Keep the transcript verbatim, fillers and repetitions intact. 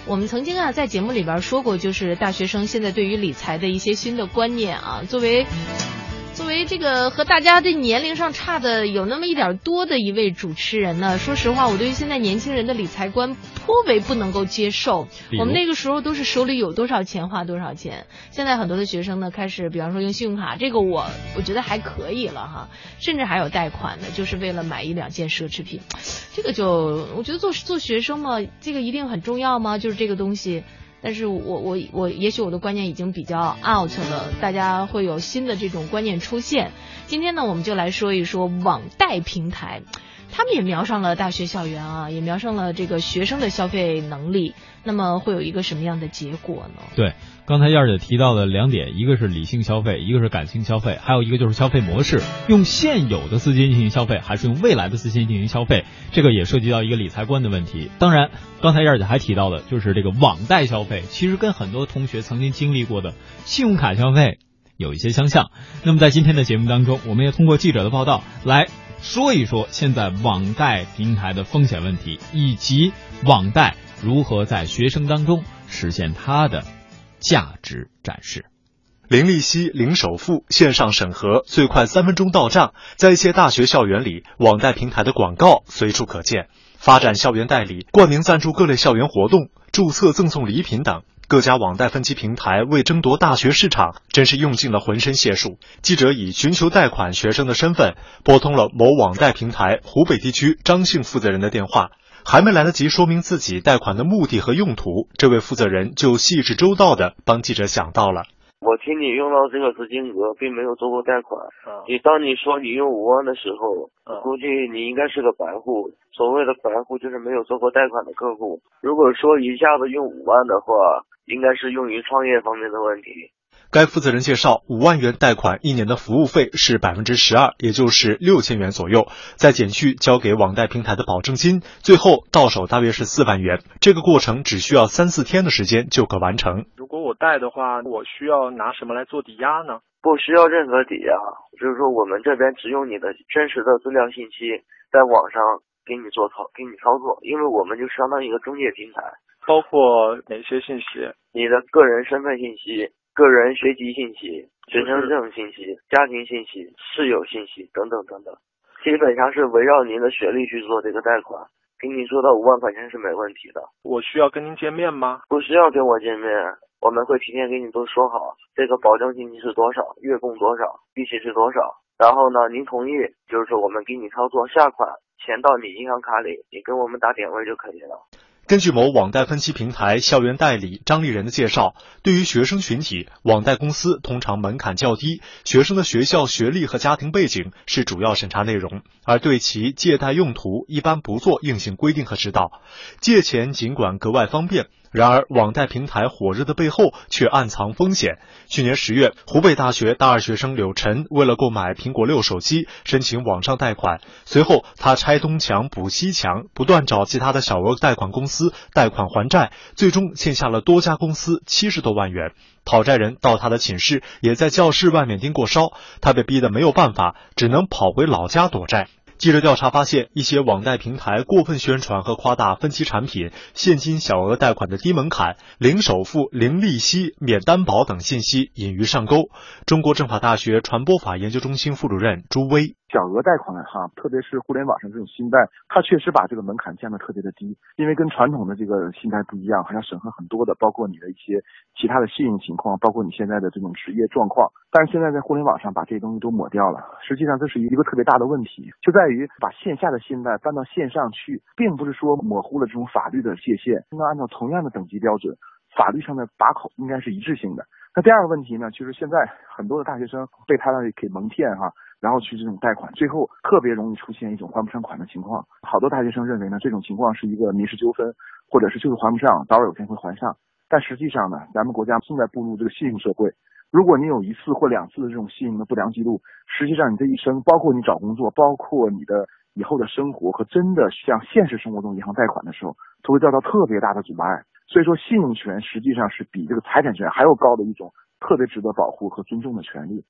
我们曾经啊在节目里边说过，就是大学生现在对于理财的一些新的观念啊，作为作为这个和大家的年龄上差的有那么一点多的一位主持人呢，说实话，我对于现在年轻人的理财观颇为不能够接受。我们那个时候都是手里有多少钱花多少钱，现在很多的学生呢开始，比方说用信用卡，这个我我觉得还可以了哈，甚至还有贷款的，就是为了买一两件奢侈品。这个就我觉得做做学生嘛，这个一定很重要吗？就是这个东西。但是我我我也许我的观念已经比较 out 了，大家会有新的这种观念出现。今天呢，我们就来说一说网贷平台，他们也瞄上了大学校园啊，也瞄上了这个学生的消费能力，那么会有一个什么样的结果呢？ 对，刚才燕儿姐提到的两点，一个是理性消费，一个是感性消费，还有一个就是消费模式，用现有的资金进行消费还是用未来的资金进行消费，这个也涉及到一个理财观的问题。当然刚才燕儿姐还提到的就是这个网贷消费，其实跟很多同学曾经经历过的信用卡消费有一些相像。那么在今天的节目当中，我们也通过记者的报道来说一说现在网贷平台的风险问题，以及网贷如何在学生当中实现它的价值展示。 零利息、零首付，线上审核，最快三分钟到账。在一些大学校园里，网贷平台的广告随处可见，发展校园代理、冠名赞助各类校园活动、注册赠送礼品等。各家网贷分期平台为争夺大学市场，真是用尽了浑身解数。记者以寻求贷款学生的身份，拨通了某网贷平台湖北地区张姓负责人的电话。还没来得及说明自己贷款的目的和用途，这位负责人就细致周到地帮记者想到了。 我听你用到这个资金额，并没有做过贷款。嗯、你当你说你用五万的时候，嗯、估计你应该是个白户。所谓的白户就是没有做过贷款的客户。如果说一下子用五万的话，应该是用于创业方面的问题。 该负责人介绍，五万元贷款一年的服务费是百分之十二，也就是六千元左右，再减去交给网贷平台的保证金，最后到手大约是四万元。这个过程只需要三四天的时间就可完成。 如果我贷的话，我需要拿什么来做抵押呢？ 不需要任何抵押，就是说我们这边只用你的真实的资料信息，在网上给你做操，给你操作，因为我们就相当于一个中介平台。 包括哪些信息？ 你的个人身份信息、个人学籍信息、学生证信息、家庭信息、室友信息等等等等，基本上是围绕您的学历去做这个贷款，给你做到五万块钱是没问题的。 我需要跟您见面吗？ 不需要跟我见面，我们会提前给你都说好，这个保证金是多少，月供多少，利息是多少。然后呢，您同意，就是说我们给你操作下款，钱到你银行卡里，你跟我们打点位就可以了。 根据某网贷分期平台校园代理张立仁的介绍，对于学生群体，网贷公司通常门槛较低，学生的学校学历和家庭背景是主要审查内容，而对其借贷用途一般不做硬性规定和指导。借钱尽管格外方便，然而网贷平台火热的背后却暗藏风险。去年十月，湖北大学大二学生柳晨为了购买苹果六手机申请网上贷款，随后他拆东墙补西墙，不断找其他的小额贷款公司贷款还债，最终欠下了多家公司七十多万元。讨债人到他的寝室，也在教室外面盯过梢，他被逼得没有办法，只能跑回老家躲债。记者调查发现，一些网贷平台过分宣传和夸大分期产品、现金小额贷款的低门槛、零首付、零利息、免担保等信息引鱼上钩。中国政法大学传播法研究中心副主任朱威： 小额贷款哈，特别是互联网上这种信贷，它确实把这个门槛降得特别的低，因为跟传统的这个信贷不一样，还要审核很多的，包括你的一些其他的信用情况，包括你现在的这种职业状况。但是现在在互联网上把这些东西都抹掉了，实际上这是一个特别大的问题，就在于把线下的信贷搬到线上去，并不是说模糊了这种法律的界限，应该按照同样的等级标准，法律上的把口应该是一致性的。那第二个问题呢，就是现在很多的大学生被他们给蒙骗哈，然后去这种贷款，最后特别容易出现一种还不上款的情况。好多大学生认为呢，这种情况是一个民事纠纷，或者是就是还不上，早晚有天会还上。但实际上呢，咱们国家正在步入这个信用社会，如果你有一次或两次的这种信用的不良记录，实际上你这一生，包括你找工作，包括你的以后的生活和真的像现实生活中银行贷款的时候，都会遭到特别大的阻碍。所以说信用权实际上是比这个财产权还要高的一种特别值得保护和尊重的权利。